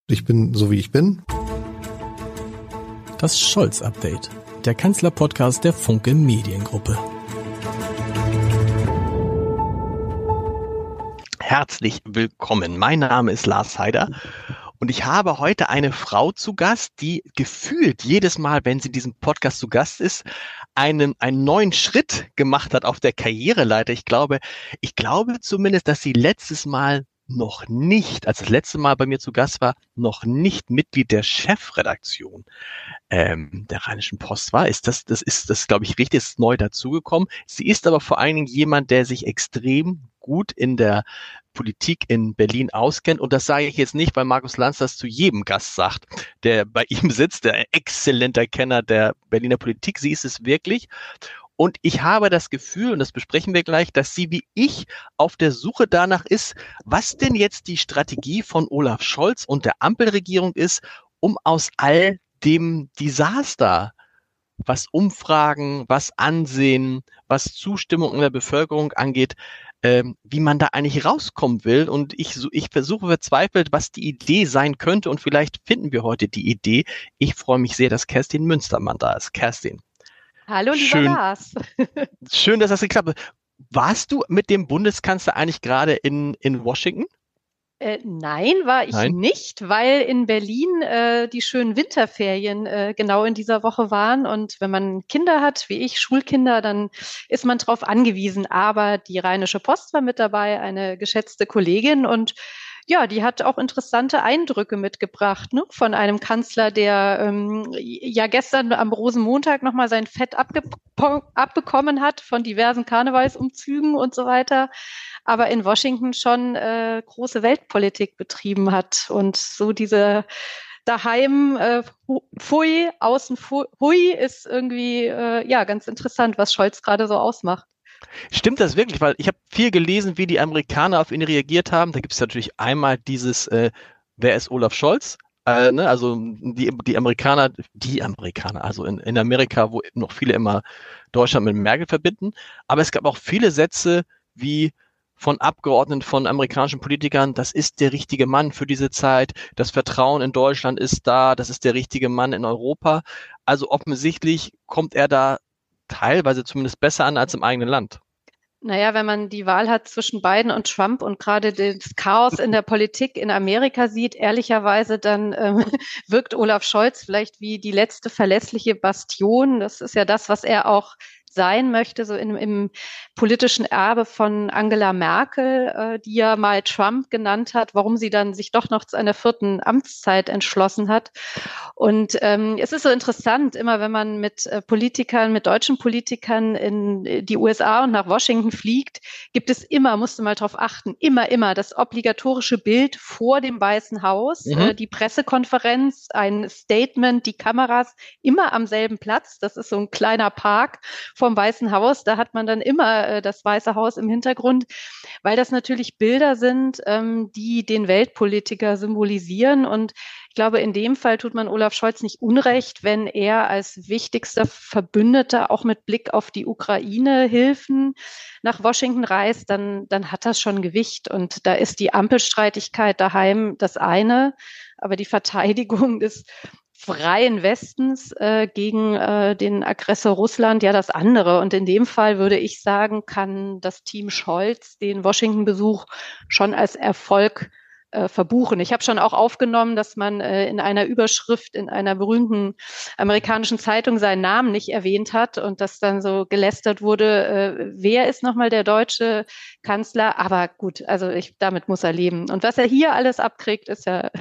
Ich bin so, wie ich bin. Das Scholz-Update, der Kanzler-Podcast der Funke Mediengruppe. Herzlich willkommen. Mein Name ist Lars Heider und ich habe heute eine Frau zu Gast, die gefühlt jedes Mal, wenn sie in diesem Podcast zu Gast ist, einen neuen Schritt gemacht hat auf der Karriereleiter. Ich glaube zumindest, dass sie letztes Mal noch nicht, als das letzte Mal bei mir zu Gast war, noch nicht Mitglied der Chefredaktion der Rheinischen Post war. Das ist, glaube ich, richtig, ist neu dazugekommen. Sie ist aber vor allen Dingen jemand, der sich extrem gut in der Politik in Berlin auskennt. Und das sage ich jetzt nicht, weil Markus Lanz das zu jedem Gast sagt, der bei ihm sitzt, der exzellenter Kenner der Berliner Politik. Sie ist es wirklich. Und ich habe das Gefühl, und das besprechen wir gleich, dass sie wie ich auf der Suche danach ist, was denn jetzt die Strategie von Olaf Scholz und der Ampelregierung ist, um aus all dem Desaster, was Umfragen, was Ansehen, was Zustimmung in der Bevölkerung angeht, wie man da eigentlich rauskommen will. Und ich versuche verzweifelt, was die Idee sein könnte. Und vielleicht finden wir heute die Idee. Ich freue mich sehr, dass Kerstin Münstermann da ist. Kerstin. Hallo, lieber Lars. Schön, dass das geklappt hat. Warst du mit dem Bundeskanzler eigentlich gerade in Washington? Nein, war ich nicht, weil in Berlin die schönen Winterferien genau in dieser Woche waren. Und wenn man Kinder hat, wie ich, Schulkinder, dann ist man darauf angewiesen. Aber die Rheinische Post war mit dabei, eine geschätzte Kollegin. Und ja, die hat auch interessante Eindrücke mitgebracht, ne? Von einem Kanzler, der ja gestern am Rosenmontag nochmal sein Fett abbekommen hat von diversen Karnevalsumzügen und so weiter, aber in Washington schon große Weltpolitik betrieben hat und so diese daheim Pfui, außen Hui ist irgendwie ja ganz interessant, was Scholz gerade so ausmacht. Stimmt das wirklich? Weil ich habe viel gelesen, wie die Amerikaner auf ihn reagiert haben. Da gibt es natürlich einmal dieses, wer ist Olaf Scholz? Also die Amerikaner, also in Amerika, wo noch viele immer Deutschland mit Merkel verbinden. Aber es gab auch viele Sätze wie von Abgeordneten, von amerikanischen Politikern, das ist der richtige Mann für diese Zeit, das Vertrauen in Deutschland ist da, das ist der richtige Mann in Europa. Also offensichtlich kommt er da teilweise zumindest besser an als im eigenen Land. Naja, wenn man die Wahl hat zwischen Biden und Trump und gerade das Chaos in der Politik in Amerika sieht, ehrlicherweise, dann wirkt Olaf Scholz vielleicht wie die letzte verlässliche Bastion. Das ist ja das, was er auch sein möchte, so im politischen Erbe von Angela Merkel, die ja mal Trump genannt hat, warum sie dann sich doch noch zu einer 4. Amtszeit entschlossen hat. Und es ist so interessant, immer wenn man mit Politikern, mit deutschen Politikern in die USA und nach Washington fliegt, gibt es immer, musst du mal drauf achten, immer das obligatorische Bild vor dem Weißen Haus, die Pressekonferenz, ein Statement, die Kameras, immer am selben Platz. Das ist so ein kleiner Park vom Weißen Haus, da hat man dann immer das Weiße Haus im Hintergrund, weil das natürlich Bilder sind, die den Weltpolitiker symbolisieren. Und ich glaube, in dem Fall tut man Olaf Scholz nicht unrecht, wenn er als wichtigster Verbündeter auch mit Blick auf die Ukraine-Hilfen nach Washington reist, dann hat das schon Gewicht. Und da ist die Ampelstreitigkeit daheim das eine, aber die Verteidigung des freien Westens gegen den Aggressor Russland ja das andere. Und in dem Fall würde ich sagen, kann das Team Scholz den Washington-Besuch schon als Erfolg verbuchen. Ich habe schon auch aufgenommen, dass man in einer Überschrift in einer berühmten amerikanischen Zeitung seinen Namen nicht erwähnt hat und dass dann so gelästert wurde, wer ist nochmal der deutsche Kanzler? Aber gut, also damit muss er leben. Und was er hier alles abkriegt, ist ja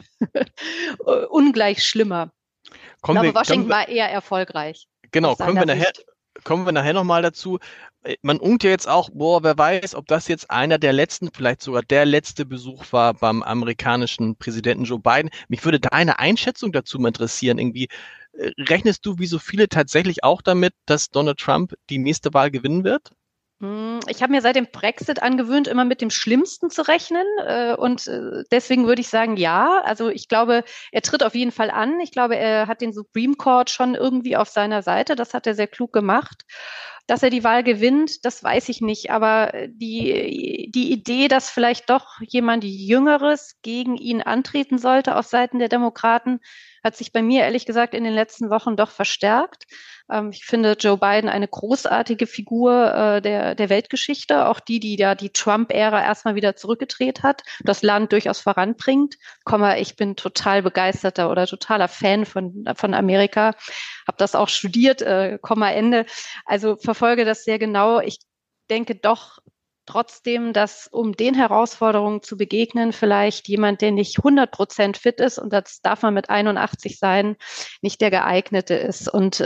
ungleich schlimmer. Ich glaube, Washington war eher erfolgreich. Genau, kommen wir nachher nochmal dazu. Man unkt ja jetzt auch, wer weiß, ob das jetzt einer der letzten, vielleicht sogar der letzte Besuch war beim amerikanischen Präsidenten Joe Biden. Mich würde deine Einschätzung dazu mal interessieren. Irgendwie, rechnest du wie so viele tatsächlich auch damit, dass Donald Trump die nächste Wahl gewinnen wird? Ich habe mir seit dem Brexit angewöhnt, immer mit dem Schlimmsten zu rechnen. Und deswegen würde ich sagen, ja. Also ich glaube, er tritt auf jeden Fall an. Ich glaube, er hat den Supreme Court schon irgendwie auf seiner Seite. Das hat er sehr klug gemacht. Dass er die Wahl gewinnt, das weiß ich nicht. Aber die Idee, dass vielleicht doch jemand Jüngeres gegen ihn antreten sollte auf Seiten der Demokraten, hat sich bei mir ehrlich gesagt in den letzten Wochen doch verstärkt. Ich finde Joe Biden eine großartige Figur der Weltgeschichte, auch die ja die Trump-Ära erstmal wieder zurückgedreht hat, das Land durchaus voranbringt. Ich bin total begeisterter oder totaler Fan von Amerika, habe das auch studiert, Ende. Also verfolge das sehr genau. Ich denke doch trotzdem, dass um den Herausforderungen zu begegnen, vielleicht jemand, der nicht 100% fit ist, und das darf man mit 81 sein, nicht der geeignete ist. Und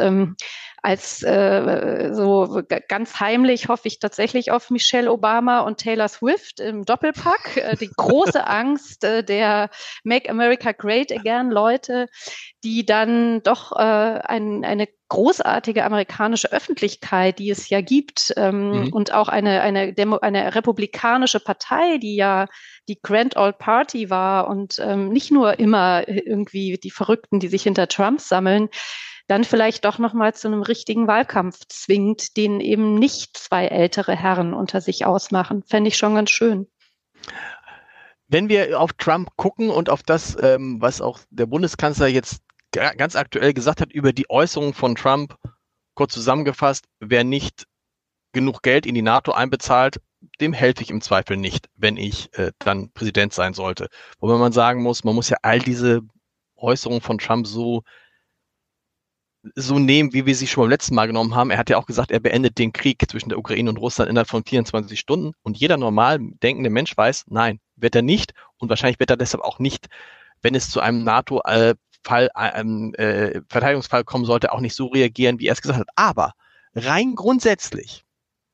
so ganz heimlich hoffe ich tatsächlich auf Michelle Obama und Taylor Swift im Doppelpack. Die große Angst der Make America Great Again Leute, die dann doch eine großartige amerikanische Öffentlichkeit, die es ja gibt, und auch eine republikanische Partei, die ja die Grand Old Party war und nicht nur immer irgendwie die Verrückten, die sich hinter Trump sammeln, dann vielleicht doch nochmal zu einem richtigen Wahlkampf zwingt, den eben nicht zwei ältere Herren unter sich ausmachen. Fände ich schon ganz schön. Wenn wir auf Trump gucken und auf das, was auch der Bundeskanzler jetzt ganz aktuell gesagt hat über die Äußerungen von Trump, kurz zusammengefasst, wer nicht genug Geld in die NATO einbezahlt, dem helfe ich im Zweifel nicht, wenn ich dann Präsident sein sollte. Wobei man sagen muss, man muss ja all diese Äußerungen von Trump so nehmen, wie wir sie schon beim letzten Mal genommen haben. Er hat ja auch gesagt, er beendet den Krieg zwischen der Ukraine und Russland innerhalb von 24 Stunden. Und jeder normal denkende Mensch weiß, nein, wird er nicht. Und wahrscheinlich wird er deshalb auch nicht, wenn es zu einem Verteidigungsfall kommen sollte, auch nicht so reagieren, wie er es gesagt hat. Aber rein grundsätzlich,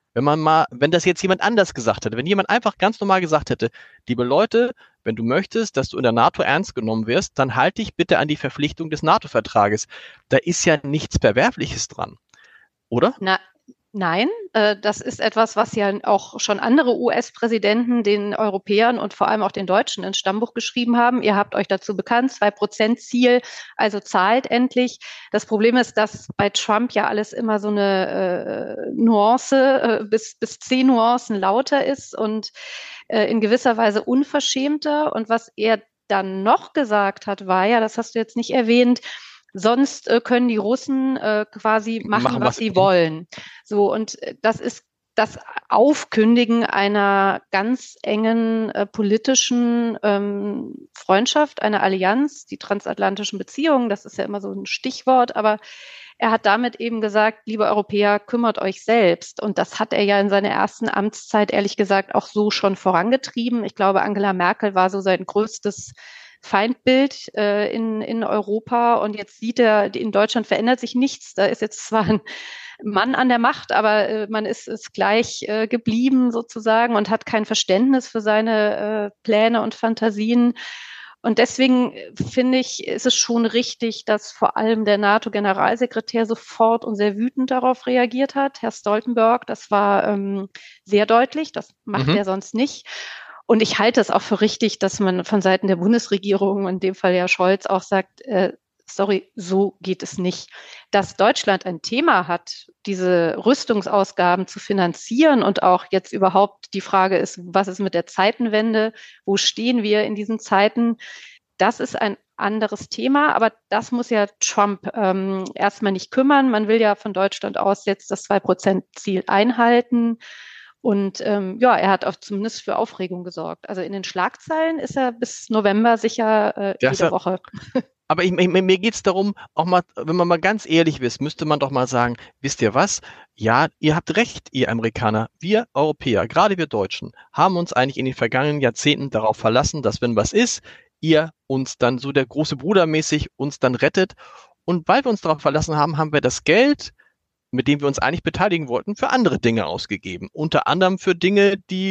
wenn das jetzt jemand anders gesagt hätte, wenn jemand einfach ganz normal gesagt hätte, liebe Leute, wenn du möchtest, dass du in der NATO ernst genommen wirst, dann halte dich bitte an die Verpflichtung des NATO-Vertrages. Da ist ja nichts Verwerfliches dran, oder? Nein, das ist etwas, was ja auch schon andere US-Präsidenten den Europäern und vor allem auch den Deutschen ins Stammbuch geschrieben haben. Ihr habt euch dazu bekannt, 2%-Ziel, also zahlt endlich. Das Problem ist, dass bei Trump ja alles immer so eine Nuance bis 10 Nuancen lauter ist und in gewisser Weise unverschämter. Und was er dann noch gesagt hat, war ja, das hast du jetzt nicht erwähnt, sonst können die Russen quasi machen, was sie wollen. So, und das ist das Aufkündigen einer ganz engen politischen Freundschaft, einer Allianz, die transatlantischen Beziehungen, das ist ja immer so ein Stichwort, aber er hat damit eben gesagt, liebe Europäer, kümmert euch selbst. Und das hat er ja in seiner ersten Amtszeit, ehrlich gesagt, auch so schon vorangetrieben. Ich glaube, Angela Merkel war so sein größtes Feindbild in Europa, und jetzt sieht er, in Deutschland verändert sich nichts. Da ist jetzt zwar ein Mann an der Macht, aber man ist gleich geblieben sozusagen und hat kein Verständnis für seine Pläne und Fantasien. Und deswegen finde ich, ist es schon richtig, dass vor allem der NATO-Generalsekretär sofort und sehr wütend darauf reagiert hat. Herr Stoltenberg, das war sehr deutlich, das macht er sonst nicht. Und ich halte es auch für richtig, dass man von Seiten der Bundesregierung, in dem Fall ja Scholz, auch sagt, sorry, so geht es nicht. Dass Deutschland ein Thema hat, diese Rüstungsausgaben zu finanzieren, und auch jetzt überhaupt die Frage ist, was ist mit der Zeitenwende? Wo stehen wir in diesen Zeiten? Das ist ein anderes Thema, aber das muss ja Trump erstmal nicht kümmern. Man will ja von Deutschland aus jetzt das 2%-Ziel einhalten. Und er hat auch zumindest für Aufregung gesorgt. Also in den Schlagzeilen ist er bis November sicher jede Woche. Aber mir geht's darum, auch mal, wenn man mal ganz ehrlich ist, müsste man doch mal sagen, wisst ihr was? Ja, ihr habt recht, ihr Amerikaner. Wir Europäer, gerade wir Deutschen, haben uns eigentlich in den vergangenen Jahrzehnten darauf verlassen, dass wenn was ist, ihr uns dann so der große Bruder mäßig uns dann rettet. Und weil wir uns darauf verlassen haben, haben wir das Geld, mit dem wir uns eigentlich beteiligen wollten, für andere Dinge ausgegeben. Unter anderem für Dinge, die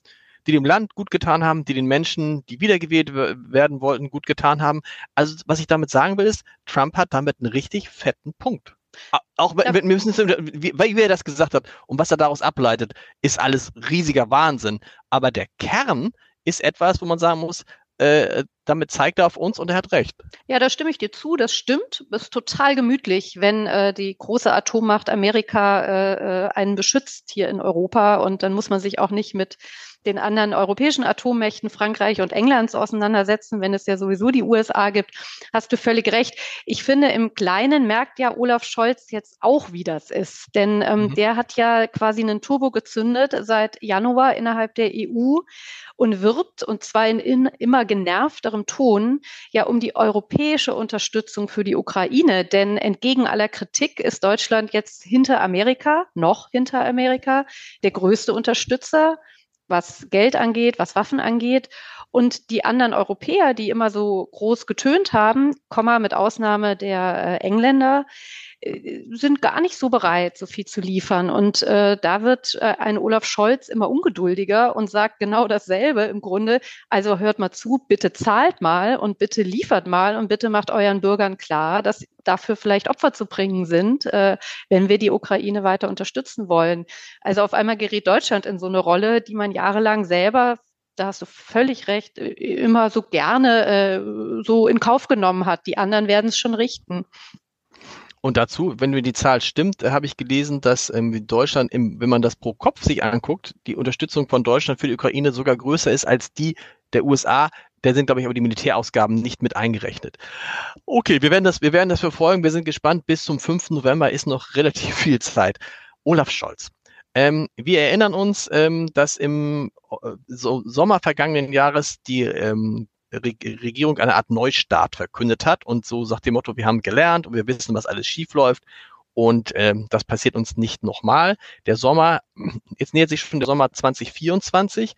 dem Land gut getan haben, die den Menschen, die wiedergewählt werden wollten, gut getan haben. Also was ich damit sagen will, ist, Trump hat damit einen richtig fetten Punkt. Auch wir müssen, wie er das gesagt hat und was er daraus ableitet, ist alles riesiger Wahnsinn. Aber der Kern ist etwas, wo man sagen muss, damit zeigt er auf uns und er hat recht. Ja, da stimme ich dir zu, das stimmt. Es ist total gemütlich, wenn die große Atommacht Amerika einen beschützt hier in Europa und dann muss man sich auch nicht mit den anderen europäischen Atommächten Frankreich und Englands auseinandersetzen, wenn es ja sowieso die USA gibt. Hast du völlig recht. Ich finde, im Kleinen merkt ja Olaf Scholz jetzt auch, wie das ist. Denn der hat ja quasi einen Turbo gezündet seit Januar innerhalb der EU und wirbt, und zwar in immer genervterem Ton, ja um die europäische Unterstützung für die Ukraine. Denn entgegen aller Kritik ist Deutschland jetzt noch hinter Amerika, der größte Unterstützer, was Geld angeht, was Waffen angeht. Und die anderen Europäer, die immer so groß getönt haben, mit Ausnahme der Engländer, sind gar nicht so bereit, so viel zu liefern. Und da wird ein Olaf Scholz immer ungeduldiger und sagt genau dasselbe im Grunde. Also hört mal zu, bitte zahlt mal und bitte liefert mal und bitte macht euren Bürgern klar, dass dafür vielleicht Opfer zu bringen sind, wenn wir die Ukraine weiter unterstützen wollen. Also auf einmal gerät Deutschland in so eine Rolle, die man jahrelang selber, da hast du völlig recht, immer so gerne so in Kauf genommen hat. Die anderen werden es schon richten. Und dazu, wenn mir die Zahl stimmt, habe ich gelesen, dass Deutschland, wenn man das pro Kopf sich anguckt, die Unterstützung von Deutschland für die Ukraine sogar größer ist als die der USA. Da sind, glaube ich, aber die Militärausgaben nicht mit eingerechnet. Okay, wir werden das verfolgen. Wir sind gespannt. Bis zum 5. November ist noch relativ viel Zeit. Olaf Scholz. Wir erinnern uns, dass im Sommer vergangenen Jahres die Regierung eine Art Neustart verkündet hat und so sagt dem Motto, wir haben gelernt und wir wissen, was alles schief läuft und das passiert uns nicht nochmal. Jetzt nähert sich schon der Sommer 2024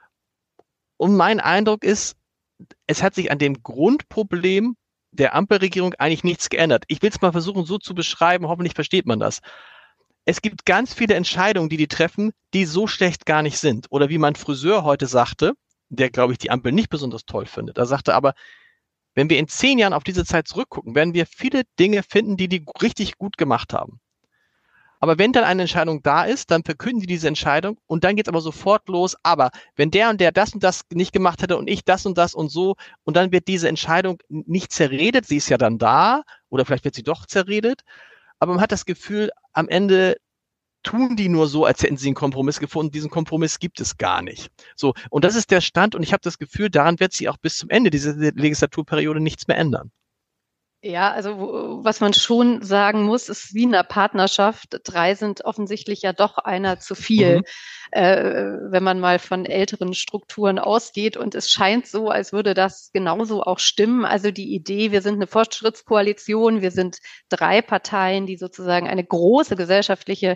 und mein Eindruck ist, es hat sich an dem Grundproblem der Ampelregierung eigentlich nichts geändert. Ich will es mal versuchen so zu beschreiben, hoffentlich versteht man das. Es gibt ganz viele Entscheidungen, die treffen, die so schlecht gar nicht sind. Oder wie mein Friseur heute sagte, der, glaube ich, die Ampel nicht besonders toll findet. Er sagte aber, wenn wir in 10 Jahren auf diese Zeit zurückgucken, werden wir viele Dinge finden, die richtig gut gemacht haben. Aber wenn dann eine Entscheidung da ist, dann verkünden die diese Entscheidung und dann geht es aber sofort los. Aber wenn der und der das und das nicht gemacht hätte und ich das und das und so und dann wird diese Entscheidung nicht zerredet, sie ist ja dann da oder vielleicht wird sie doch zerredet. Aber man hat das Gefühl, am Ende tun die nur so, als hätten sie einen Kompromiss gefunden. Diesen Kompromiss gibt es gar nicht. So, und das ist der Stand und ich habe das Gefühl, daran wird sich auch bis zum Ende dieser Legislaturperiode nichts mehr ändern. Ja, also was man schon sagen muss, ist wie in einer Partnerschaft. 3 sind offensichtlich ja doch einer zu viel, wenn man mal von älteren Strukturen ausgeht. Und es scheint so, als würde das genauso auch stimmen. Also die Idee, wir sind eine Fortschrittskoalition, wir sind 3 Parteien, die sozusagen eine große gesellschaftliche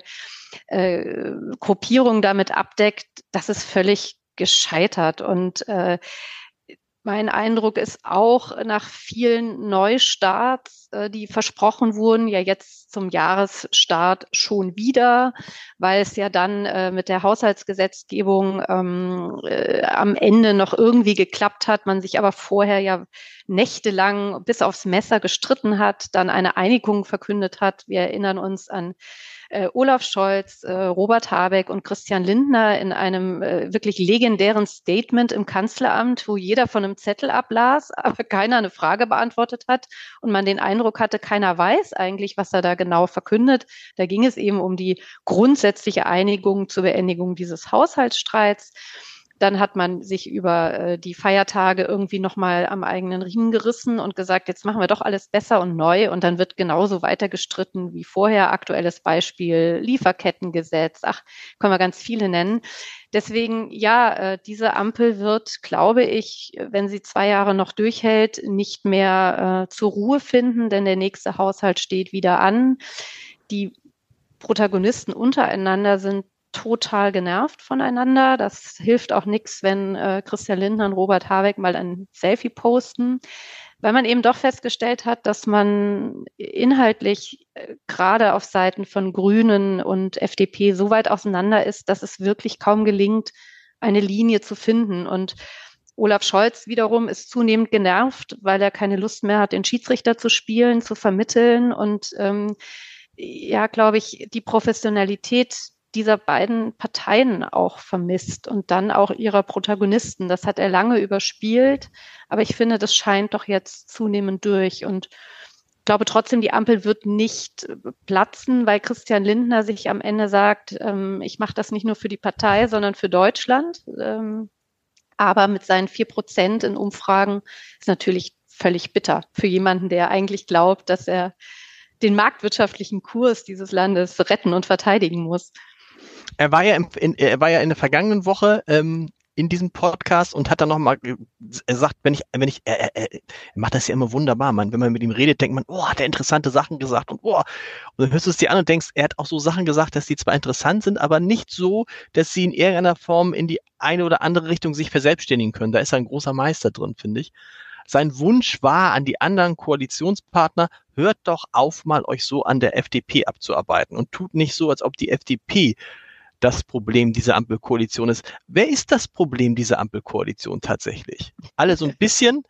Gruppierung damit abdeckt, das ist völlig gescheitert. Und mein Eindruck ist auch nach vielen Neustarts, die versprochen wurden, ja jetzt zum Jahresstart schon wieder, weil es ja dann mit der Haushaltsgesetzgebung am Ende noch irgendwie geklappt hat, man sich aber vorher ja nächtelang bis aufs Messer gestritten hat, dann eine Einigung verkündet hat. Wir erinnern uns an Olaf Scholz, Robert Habeck und Christian Lindner in einem wirklich legendären Statement im Kanzleramt, wo jeder von einem Zettel ablas, aber keiner eine Frage beantwortet hat und man den Eindruck hatte, keiner weiß eigentlich, was er da genau verkündet. Da ging es eben um die grundsätzliche Einigung zur Beendigung dieses Haushaltsstreits. Dann hat man sich über die Feiertage irgendwie nochmal am eigenen Riemen gerissen und gesagt, jetzt machen wir doch alles besser und neu. Und dann wird genauso weiter gestritten wie vorher. Aktuelles Beispiel, Lieferkettengesetz. Können wir ganz viele nennen. Deswegen, ja, diese Ampel wird, glaube ich, wenn sie 2 Jahre noch durchhält, nicht mehr zur Ruhe finden, denn der nächste Haushalt steht wieder an. Die Protagonisten untereinander sind total genervt voneinander. Das hilft auch nichts, wenn Christian Lindner und Robert Habeck mal ein Selfie posten, weil man eben doch festgestellt hat, dass man inhaltlich gerade auf Seiten von Grünen und FDP so weit auseinander ist, dass es wirklich kaum gelingt, eine Linie zu finden. Und Olaf Scholz wiederum ist zunehmend genervt, weil er keine Lust mehr hat, den Schiedsrichter zu spielen, zu vermitteln und ja, glaube ich, die Professionalität dieser beiden Parteien auch vermisst und dann auch ihrer Protagonisten. Das hat er lange überspielt, aber ich finde, das scheint doch jetzt zunehmend durch. Und ich glaube trotzdem, die Ampel wird nicht platzen, weil Christian Lindner sich am Ende sagt, ich mache das nicht nur für die Partei, sondern für Deutschland. Aber mit seinen 4% in Umfragen ist natürlich völlig bitter für jemanden, der eigentlich glaubt, dass er den marktwirtschaftlichen Kurs dieses Landes retten und verteidigen muss. Er war ja in der vergangenen Woche in diesem Podcast und hat dann nochmal, er sagt, er macht das ja immer wunderbar, wenn man mit ihm redet, denkt man, hat er interessante Sachen gesagt und dann hörst du es dir an und denkst, er hat auch so Sachen gesagt, dass die zwar interessant sind, aber nicht so, dass sie in irgendeiner Form in die eine oder andere Richtung sich verselbstständigen können. Da ist er ein großer Meister drin, finde ich. Sein Wunsch war an die anderen Koalitionspartner, hört doch auf, mal euch so an der FDP abzuarbeiten und tut nicht so, als ob die FDP das Problem dieser Ampelkoalition ist. Wer ist das Problem dieser Ampelkoalition tatsächlich? Alle so ein bisschen?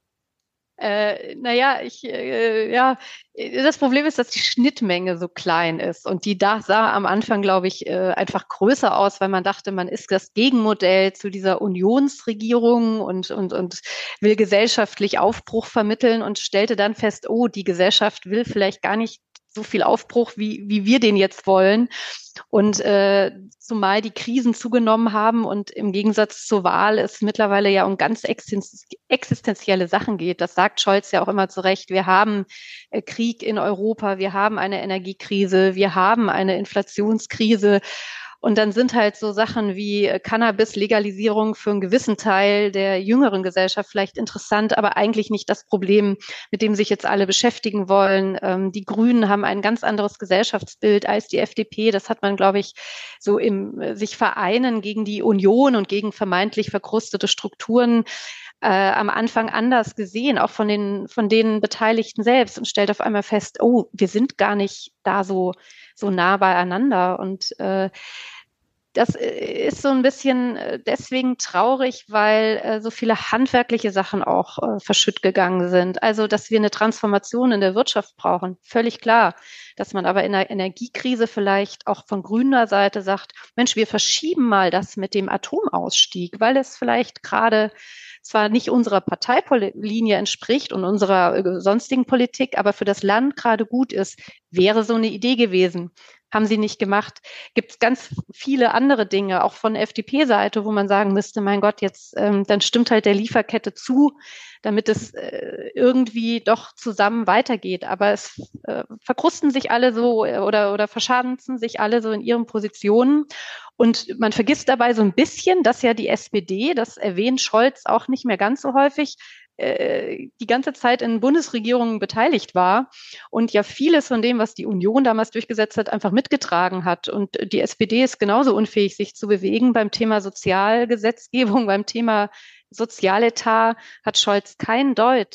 Das Problem ist, dass die Schnittmenge so klein ist und die sah am Anfang, glaube ich, einfach größer aus, weil man dachte, man ist das Gegenmodell zu dieser Unionsregierung und will gesellschaftlich Aufbruch vermitteln und stellte dann fest, die Gesellschaft will vielleicht gar nicht so viel Aufbruch, wie wir den jetzt wollen. Und zumal die Krisen zugenommen haben und im Gegensatz zur Wahl es mittlerweile ja um ganz existenzielle Sachen geht. Das sagt Scholz ja auch immer zu Recht. Wir haben Krieg in Europa, wir haben eine Energiekrise, wir haben eine Inflationskrise. Und dann sind halt so Sachen wie Cannabis-Legalisierung für einen gewissen Teil der jüngeren Gesellschaft vielleicht interessant, aber eigentlich nicht das Problem, mit dem sich jetzt alle beschäftigen wollen. Die Grünen haben ein ganz anderes Gesellschaftsbild als die FDP. Das hat man, glaube ich, so im sich vereinen gegen die Union und gegen vermeintlich verkrustete Strukturen am Anfang anders gesehen, auch von den Beteiligten selbst, und stellt auf einmal fest, wir sind gar nicht da so nah beieinander. Und das ist so ein bisschen deswegen traurig, weil so viele handwerkliche Sachen auch verschütt gegangen sind. Also, dass wir eine Transformation in der Wirtschaft brauchen, völlig klar. Dass man aber in der Energiekrise vielleicht auch von grüner Seite sagt, Mensch, wir verschieben mal das mit dem Atomausstieg, weil es vielleicht gerade zwar nicht unserer Parteilinie entspricht und unserer sonstigen Politik, aber für das Land gerade gut ist, wäre so eine Idee gewesen. Haben sie nicht gemacht. Gibt es ganz viele andere Dinge, auch von FDP-Seite, wo man sagen müsste, mein Gott, jetzt dann stimmt halt der Lieferkette zu, damit es irgendwie doch zusammen weitergeht. Aber es verkrusten sich alle so oder verschanzen sich alle so in ihren Positionen. Und man vergisst dabei so ein bisschen, dass ja die SPD, das erwähnt Scholz auch nicht mehr ganz so häufig, die ganze Zeit in Bundesregierungen beteiligt war und ja vieles von dem, was die Union damals durchgesetzt hat, einfach mitgetragen hat. Und die SPD ist genauso unfähig, sich zu bewegen. Beim Thema Sozialgesetzgebung, beim Thema Sozialetat hat Scholz keinen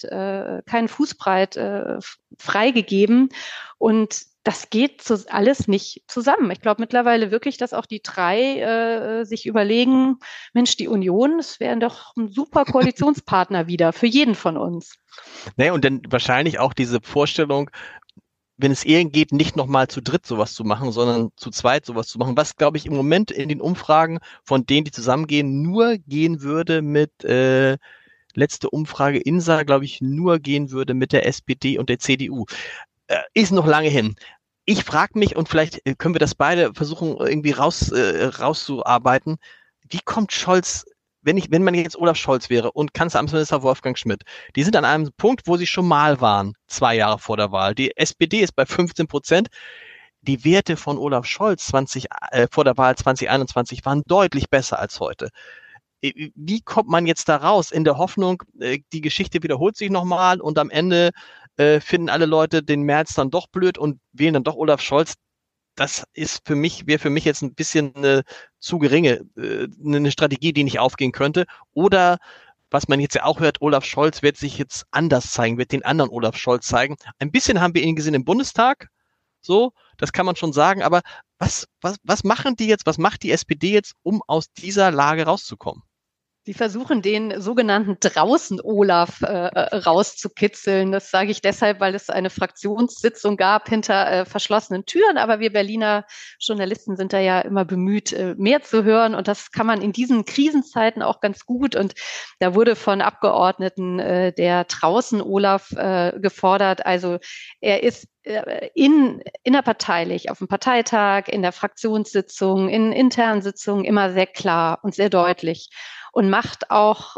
Fußbreit freigegeben. Und das geht alles nicht zusammen. Ich glaube mittlerweile wirklich, dass auch die drei sich überlegen, Mensch, die Union, das wäre doch ein super Koalitionspartner wieder für jeden von uns. Nee, und dann wahrscheinlich auch diese Vorstellung, wenn es irgend geht, nicht nochmal zu dritt sowas zu machen, sondern zu zweit sowas zu machen, was, glaube ich, im Moment in den Umfragen von denen, die zusammengehen, nur gehen würde mit letzte Umfrage INSA, glaube ich, nur gehen würde mit der SPD und der CDU. Ist noch lange hin. Ich frage mich, und vielleicht können wir das beide versuchen, irgendwie rauszuarbeiten, wie kommt Scholz, wenn man jetzt Olaf Scholz wäre und Kanzleramtsminister Wolfgang Schmidt, die sind an einem Punkt, wo sie schon mal waren, 2 Jahre vor der Wahl. Die SPD ist bei 15%. Die Werte von Olaf Scholz vor der Wahl 2021 waren deutlich besser als heute. Wie kommt man jetzt da raus in der Hoffnung, die Geschichte wiederholt sich nochmal und am Ende finden alle Leute den Merz dann doch blöd und wählen dann doch Olaf Scholz? Das wäre für mich jetzt ein bisschen zu geringe, eine Strategie, die nicht aufgehen könnte. Oder, was man jetzt ja auch hört, Olaf Scholz wird sich jetzt anders zeigen, wird den anderen Olaf Scholz zeigen. Ein bisschen haben wir ihn gesehen im Bundestag, so, das kann man schon sagen, aber was macht die SPD jetzt, um aus dieser Lage rauszukommen? Sie versuchen, den sogenannten Draußen-Olaf rauszukitzeln. Das sage ich deshalb, weil es eine Fraktionssitzung gab hinter verschlossenen Türen. Aber wir Berliner Journalisten sind da ja immer bemüht, mehr zu hören. Und das kann man in diesen Krisenzeiten auch ganz gut. Und da wurde von Abgeordneten der Draußen-Olaf gefordert. Also er ist innerparteilich, auf dem Parteitag, in der Fraktionssitzung, in internen Sitzungen immer sehr klar und sehr deutlich. Und macht auch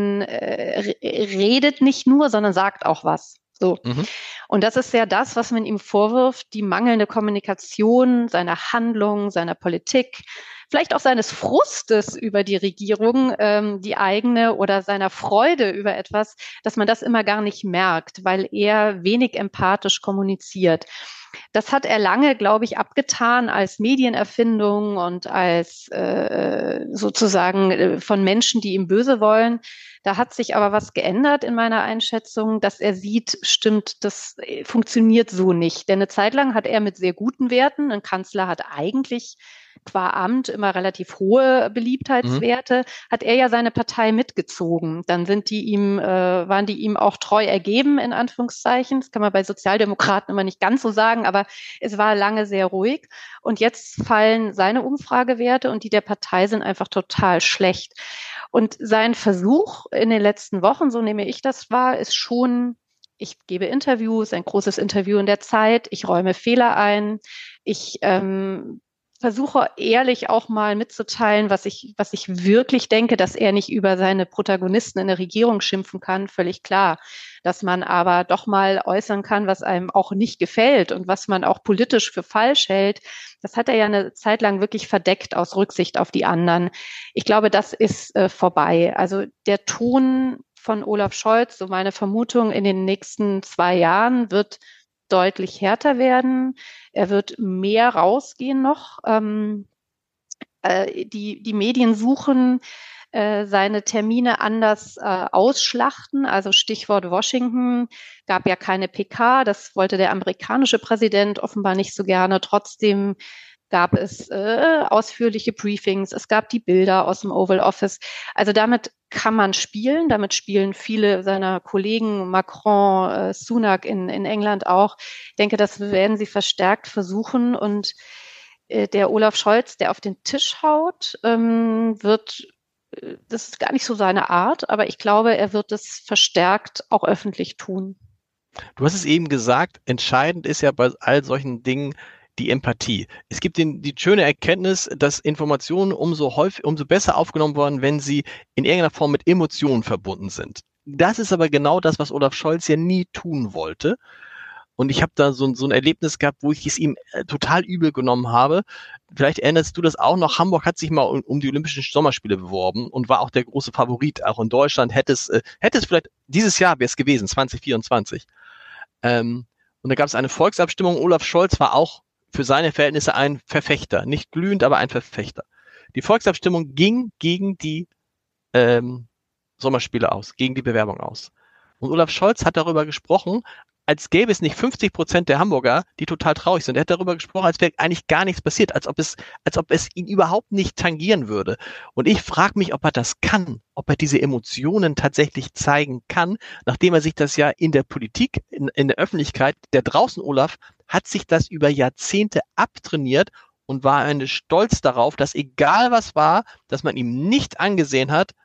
redet nicht nur, sondern sagt auch was. So. Mhm. Und das ist ja das, was man ihm vorwirft, die mangelnde Kommunikation seiner Handlung, seiner Politik, vielleicht auch seines Frustes über die Regierung, die eigene, oder seiner Freude über etwas, dass man das immer gar nicht merkt, weil er wenig empathisch kommuniziert. Das hat er lange, glaube ich, abgetan als Medienerfindung und als sozusagen von Menschen, die ihm böse wollen. Da hat sich aber was geändert in meiner Einschätzung, dass er sieht, stimmt, das funktioniert so nicht. Denn eine Zeit lang hat er mit sehr guten Werten, ein Kanzler hat eigentlich qua Amt immer relativ hohe Beliebtheitswerte, hat er ja seine Partei mitgezogen. Dann waren die ihm auch treu ergeben, in Anführungszeichen. Das kann man bei Sozialdemokraten immer nicht ganz so sagen, aber es war lange sehr ruhig. Und jetzt fallen seine Umfragewerte und die der Partei sind einfach total schlecht. Und sein Versuch in den letzten Wochen, so nehme ich das wahr, ist schon, ich gebe Interviews, ein großes Interview in der Zeit, ich räume Fehler ein, ich versuche ehrlich auch mal mitzuteilen, was ich wirklich denke, dass er nicht über seine Protagonisten in der Regierung schimpfen kann, völlig klar. Dass man aber doch mal äußern kann, was einem auch nicht gefällt und was man auch politisch für falsch hält. Das hat er ja eine Zeit lang wirklich verdeckt aus Rücksicht auf die anderen. Ich glaube, das ist vorbei. Also der Ton von Olaf Scholz, so meine Vermutung, in den nächsten 2 Jahren wird deutlich härter werden. Er wird mehr rausgehen noch. Die Medien suchen seine Termine anders ausschlachten. Also Stichwort Washington, gab ja keine PK. Das wollte der amerikanische Präsident offenbar nicht so gerne. Trotzdem gab es ausführliche Briefings. Es gab die Bilder aus dem Oval Office. Also damit kann man spielen. Damit spielen viele seiner Kollegen, Macron, Sunak in England auch. Ich denke, das werden sie verstärkt versuchen. Und der Olaf Scholz, der auf den Tisch haut, das ist gar nicht so seine Art, aber ich glaube, er wird es verstärkt auch öffentlich tun. Du hast es eben gesagt, entscheidend ist ja bei all solchen Dingen die Empathie. Es gibt die schöne Erkenntnis, dass Informationen umso besser aufgenommen werden, wenn sie in irgendeiner Form mit Emotionen verbunden sind. Das ist aber genau das, was Olaf Scholz ja nie tun wollte. Und ich habe da so ein Erlebnis gehabt, wo ich es ihm total übel genommen habe. Vielleicht erinnerst du das auch noch. Hamburg hat sich mal um die Olympischen Sommerspiele beworben und war auch der große Favorit. Auch in Deutschland hätte es vielleicht, dieses Jahr wäre es gewesen, 2024. Und da gab es eine Volksabstimmung. Olaf Scholz war auch für seine Verhältnisse ein Verfechter. Nicht glühend, aber ein Verfechter. Die Volksabstimmung ging gegen die Sommerspiele aus, gegen die Bewerbung aus. Und Olaf Scholz hat darüber gesprochen, als gäbe es nicht 50% der Hamburger, die total traurig sind. Er hat darüber gesprochen, als wäre eigentlich gar nichts passiert, als ob es ihn überhaupt nicht tangieren würde. Und ich frage mich, ob er das kann, ob er diese Emotionen tatsächlich zeigen kann, nachdem er sich das ja in der Politik, in der Öffentlichkeit, der draußen Olaf, hat sich das über Jahrzehnte abtrainiert und war stolz darauf, dass egal was war, dass man ihm nicht angesehen hat,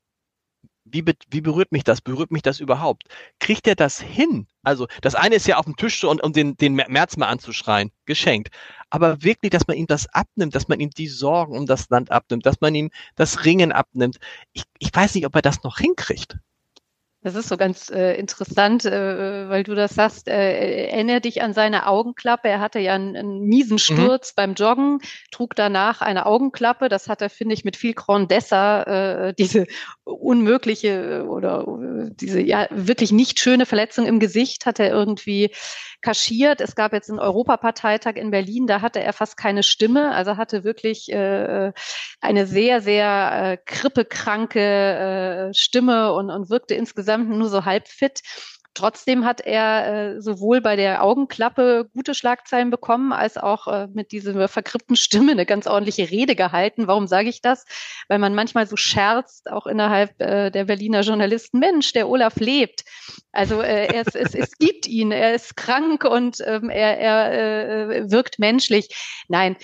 wie berührt mich das? Berührt mich das überhaupt? Kriegt er das hin? Also das eine ist ja auf dem Tisch so und den Merz mal anzuschreien, geschenkt. Aber wirklich, dass man ihm das abnimmt, dass man ihm die Sorgen um das Land abnimmt, dass man ihm das Ringen abnimmt. Ich weiß nicht, ob er das noch hinkriegt. Das ist so ganz interessant, weil du das sagst. Erinnere dich an seine Augenklappe. Er hatte ja einen miesen Sturz beim Joggen, trug danach eine Augenklappe. Das hat er, finde ich, mit viel Grand Dessert, diese unmögliche oder diese ja wirklich nicht schöne Verletzung im Gesicht hat er irgendwie kaschiert. Es gab jetzt einen Europaparteitag in Berlin, da hatte er fast keine Stimme, also hatte wirklich eine sehr, sehr krippekranke Stimme und wirkte insgesamt nur so halb fit. Trotzdem hat er sowohl bei der Augenklappe gute Schlagzeilen bekommen, als auch mit dieser verkrippten Stimme eine ganz ordentliche Rede gehalten. Warum sage ich das? Weil man manchmal so scherzt, auch innerhalb der Berliner Journalisten, Mensch, der Olaf lebt. Also es gibt ihn, er ist krank und er wirkt menschlich. Nein,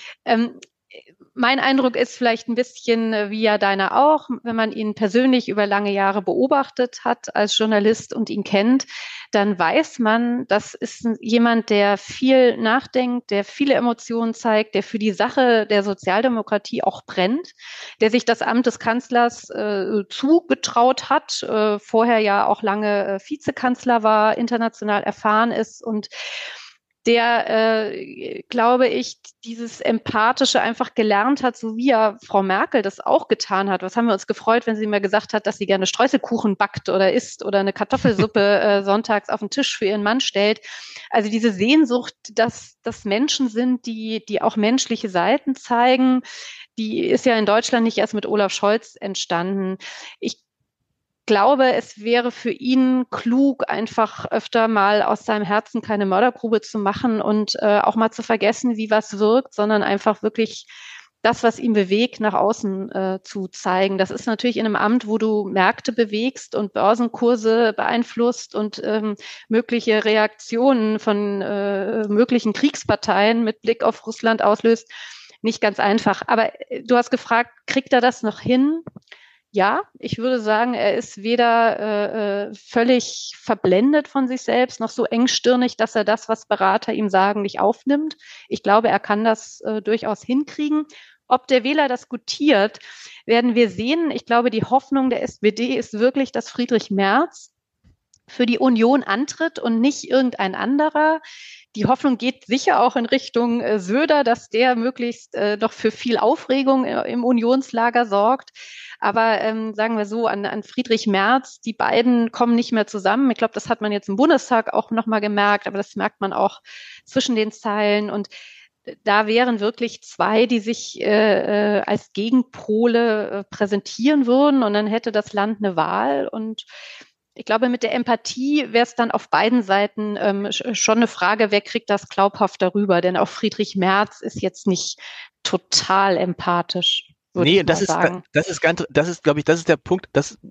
mein Eindruck ist vielleicht ein bisschen wie ja deiner auch, wenn man ihn persönlich über lange Jahre beobachtet hat als Journalist und ihn kennt, dann weiß man, das ist jemand, der viel nachdenkt, der viele Emotionen zeigt, der für die Sache der Sozialdemokratie auch brennt, der sich das Amt des Kanzlers zugetraut hat, vorher ja auch lange Vizekanzler war, international erfahren ist und der, glaube ich, dieses Empathische einfach gelernt hat, so wie ja Frau Merkel das auch getan hat. Was haben wir uns gefreut, wenn sie mir gesagt hat, dass sie gerne Streuselkuchen backt oder isst oder eine Kartoffelsuppe sonntags auf den Tisch für ihren Mann stellt. Also diese Sehnsucht, dass das Menschen sind, die auch menschliche Seiten zeigen, die ist ja in Deutschland nicht erst mit Olaf Scholz entstanden. Ich glaube, es wäre für ihn klug, einfach öfter mal aus seinem Herzen keine Mördergrube zu machen und auch mal zu vergessen, wie was wirkt, sondern einfach wirklich das, was ihn bewegt, nach außen zu zeigen. Das ist natürlich in einem Amt, wo du Märkte bewegst und Börsenkurse beeinflusst und mögliche Reaktionen von möglichen Kriegsparteien mit Blick auf Russland auslöst, nicht ganz einfach. Aber du hast gefragt, kriegt er das noch hin? Ja, ich würde sagen, er ist weder völlig verblendet von sich selbst, noch so engstirnig, dass er das, was Berater ihm sagen, nicht aufnimmt. Ich glaube, er kann das durchaus hinkriegen. Ob der Wähler das gutiert, werden wir sehen. Ich glaube, die Hoffnung der SPD ist wirklich, dass Friedrich Merz für die Union antritt und nicht irgendein anderer. Die Hoffnung geht sicher auch in Richtung Söder, dass der möglichst noch für viel Aufregung im Unionslager sorgt. Aber sagen wir so, an Friedrich Merz, die beiden kommen nicht mehr zusammen. Ich glaube, das hat man jetzt im Bundestag auch nochmal gemerkt, aber das merkt man auch zwischen den Zeilen. Und da wären wirklich zwei, die sich als Gegenpole präsentieren würden und dann hätte das Land eine Wahl. Und ich glaube, mit der Empathie wäre es dann auf beiden Seiten schon eine Frage, wer kriegt das glaubhaft darüber? Denn auch Friedrich Merz ist jetzt nicht total empathisch. Nee, das ist, glaube ich, das ist der Punkt,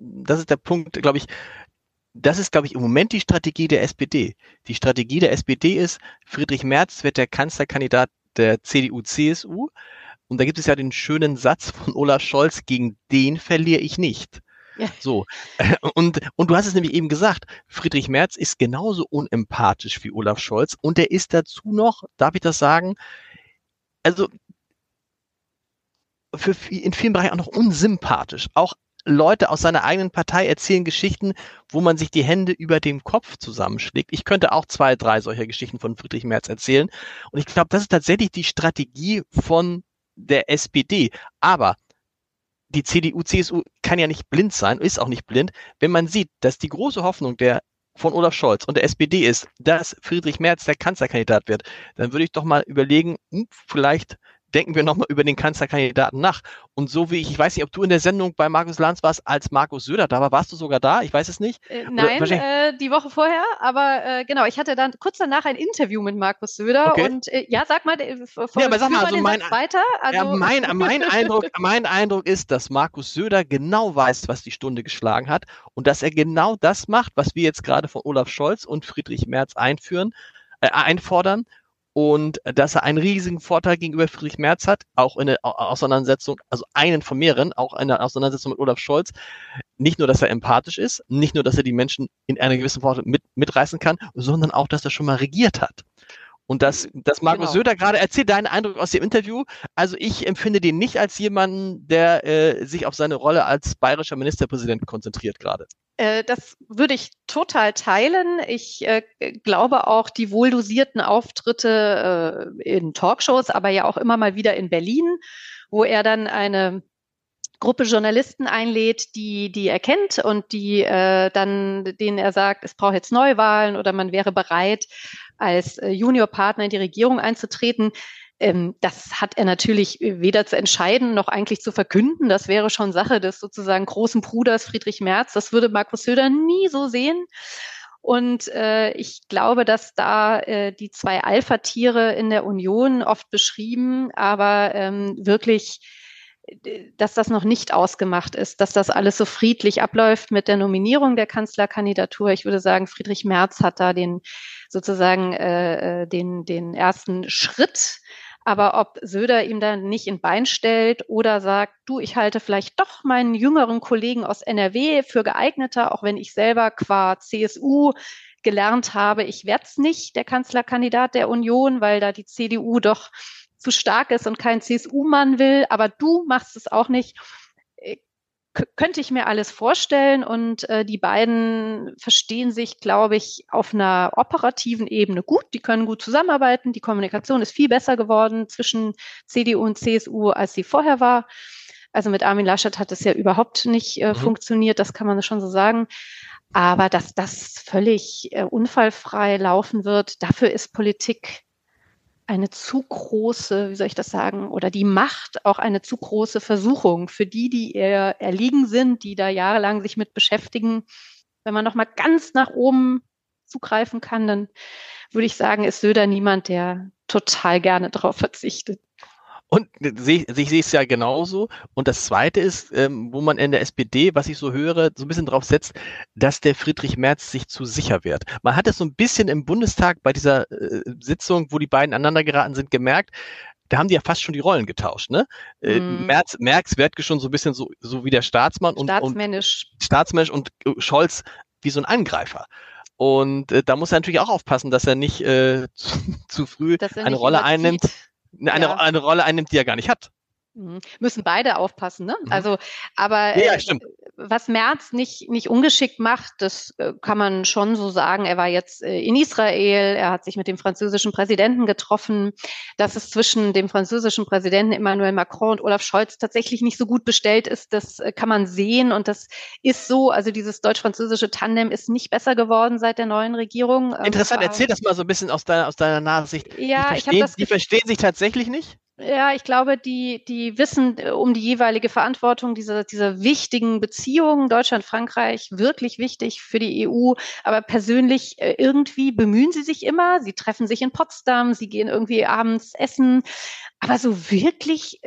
glaube ich, das ist, glaube ich, im Moment die Strategie der SPD. Die Strategie der SPD ist, Friedrich Merz wird der Kanzlerkandidat der CDU-CSU. Und da gibt es ja den schönen Satz von Olaf Scholz, gegen den verliere ich nicht. Ja. So. Und du hast es nämlich eben gesagt, Friedrich Merz ist genauso unempathisch wie Olaf Scholz und er ist dazu noch, darf ich das sagen, also in vielen Bereichen auch noch unsympathisch. Auch Leute aus seiner eigenen Partei erzählen Geschichten, wo man sich die Hände über dem Kopf zusammenschlägt. Ich könnte auch 2, 3 solcher Geschichten von Friedrich Merz erzählen. Und ich glaube, das ist tatsächlich die Strategie von der SPD. Aber die CDU, CSU kann ja nicht blind sein, ist auch nicht blind. Wenn man sieht, dass die große Hoffnung von Olaf Scholz und der SPD ist, dass Friedrich Merz der Kanzlerkandidat wird, dann würde ich doch mal überlegen, vielleicht denken wir nochmal über den Kanzlerkandidaten nach. Und so wie ich weiß nicht, ob du in der Sendung bei Markus Lanz warst, als Markus Söder da war. Warst du sogar da? Ich weiß es nicht. Nein, die Woche vorher. Aber genau, ich hatte dann kurz danach ein Interview mit Markus Söder. Okay. Und ja, sag mal, aber sag mal, also weiter. Also, ja, mein Eindruck ist, dass Markus Söder genau weiß, was die Stunde geschlagen hat und dass er genau das macht, was wir jetzt gerade von Olaf Scholz und Friedrich Merz einfordern. Und dass er einen riesigen Vorteil gegenüber Friedrich Merz hat, auch in der Auseinandersetzung, also einen von mehreren, auch in der Auseinandersetzung mit Olaf Scholz. Nicht nur, dass er empathisch ist, nicht nur, dass er die Menschen in einer gewissen Form mitreißen kann, sondern auch, dass er schon mal regiert hat. Und dass Markus Söder gerade erzählt, deinen Eindruck aus dem Interview, also ich empfinde den nicht als jemanden, der sich auf seine Rolle als bayerischer Ministerpräsident konzentriert gerade. Das würde ich total teilen. Ich glaube auch, die wohldosierten Auftritte in Talkshows, aber ja auch immer mal wieder in Berlin, wo er dann eine Gruppe Journalisten einlädt, die er kennt und denen er sagt, es braucht jetzt Neuwahlen oder man wäre bereit, als Juniorpartner in die Regierung einzutreten. Das hat er natürlich weder zu entscheiden noch eigentlich zu verkünden. Das wäre schon Sache des sozusagen großen Bruders Friedrich Merz. Das würde Markus Söder nie so sehen. Und ich glaube, dass da die zwei Alpha-Tiere in der Union oft beschrieben, aber wirklich, dass das noch nicht ausgemacht ist, dass das alles so friedlich abläuft mit der Nominierung der Kanzlerkandidatur. Ich würde sagen, Friedrich Merz hat da den ersten Schritt. Aber ob Söder ihm dann nicht in Bein stellt oder sagt, du, ich halte vielleicht doch meinen jüngeren Kollegen aus NRW für geeigneter, auch wenn ich selber qua CSU gelernt habe, ich werde es nicht, der Kanzlerkandidat der Union, weil da die CDU doch zu stark ist und kein CSU-Mann will, aber du machst es auch nicht. Könnte ich mir alles vorstellen und die beiden verstehen sich, glaube ich, auf einer operativen Ebene gut. Die können gut zusammenarbeiten. Die Kommunikation ist viel besser geworden zwischen CDU und CSU, als sie vorher war. Also mit Armin Laschet hat es ja überhaupt nicht funktioniert, das kann man schon so sagen. Aber dass das völlig unfallfrei laufen wird, dafür ist Politik eine zu große, wie soll ich das sagen, oder die Macht auch eine zu große Versuchung für die eher erliegen sind, die da jahrelang sich mit beschäftigen. Wenn man noch mal ganz nach oben zugreifen kann, dann würde ich sagen, ist Söder niemand, der total gerne darauf verzichtet. Und ich sehe es ja genauso. Und das Zweite ist, wo man in der SPD, was ich so höre, so ein bisschen drauf setzt, dass der Friedrich Merz sich zu sicher wird. Man hat es so ein bisschen im Bundestag bei dieser Sitzung, wo die beiden aneinander geraten sind, gemerkt, da haben die ja fast schon die Rollen getauscht, ne? Merz wirkt schon so ein bisschen so wie der Staatsmann und staatsmännisch und Scholz wie so ein Angreifer. Und da muss er natürlich auch aufpassen, dass er nicht zu früh eine Rolle einnimmt. Eine Rolle einnimmt, die er gar nicht hat. Müssen beide aufpassen, ne? Also, aber was Merz nicht ungeschickt macht, das kann man schon so sagen. Er war jetzt in Israel, er hat sich mit dem französischen Präsidenten getroffen. Dass es zwischen dem französischen Präsidenten Emmanuel Macron und Olaf Scholz tatsächlich nicht so gut bestellt ist, das kann man sehen und das ist so. Also dieses deutsch-französische Tandem ist nicht besser geworden seit der neuen Regierung. Interessant, erzähl das mal so ein bisschen aus deiner Nachsicht. Ja, die verstehen sich tatsächlich nicht? Ja, ich glaube, die wissen um die jeweilige Verantwortung dieser wichtigen Beziehungen Deutschland-Frankreich, wirklich wichtig für die EU. Aber persönlich irgendwie bemühen sie sich immer. Sie treffen sich in Potsdam, sie gehen irgendwie abends essen. Aber so wirklich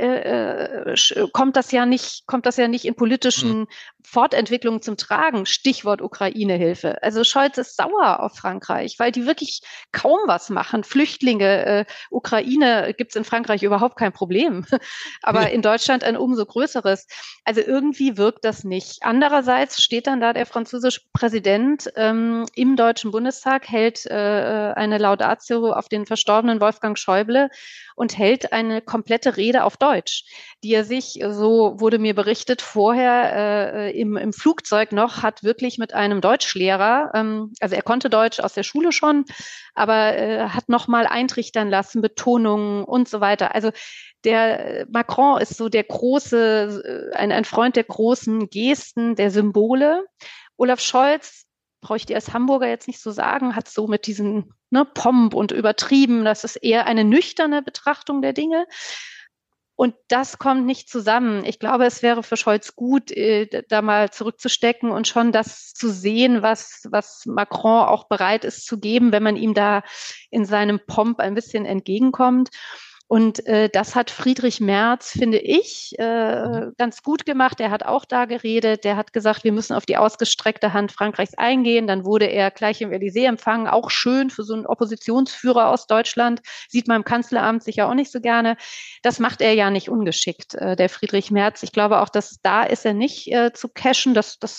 kommt das ja nicht in politischen Fortentwicklungen zum Tragen. Stichwort Ukraine-Hilfe. Also Scholz ist sauer auf Frankreich, weil die wirklich kaum was machen. Flüchtlinge, Ukraine gibt's in Frankreich überhaupt kein Problem. Aber in Deutschland ein umso größeres. Also irgendwie wirkt das nicht. Andererseits steht dann da der französische Präsident im Deutschen Bundestag, hält eine Laudatio auf den verstorbenen Wolfgang Schäuble und hält eine komplette Rede auf Deutsch, die er sich, so wurde mir berichtet, vorher im Flugzeug noch hat wirklich mit einem Deutschlehrer, also er konnte Deutsch aus der Schule schon, aber hat noch mal eintrichtern lassen, Betonungen und so weiter. Also der Macron ist so der große, ein Freund der großen Gesten, der Symbole. Olaf Scholz, brauche ich dir als Hamburger jetzt nicht so sagen, hat so mit diesen Pomp und übertrieben, das ist eher eine nüchterne Betrachtung der Dinge. Und das kommt nicht zusammen. Ich glaube, es wäre für Scholz gut, da mal zurückzustecken und schon das zu sehen, was Macron auch bereit ist zu geben, wenn man ihm da in seinem Pomp ein bisschen entgegenkommt. Und das hat Friedrich Merz, finde ich, ganz gut gemacht. Er hat auch da geredet. Der hat gesagt, wir müssen auf die ausgestreckte Hand Frankreichs eingehen. Dann wurde er gleich im Élysée empfangen. Auch schön für so einen Oppositionsführer aus Deutschland. Sieht man im Kanzleramt sicher auch nicht so gerne. Das macht er ja nicht ungeschickt, der Friedrich Merz. Ich glaube auch, dass da ist er nicht zu cashen.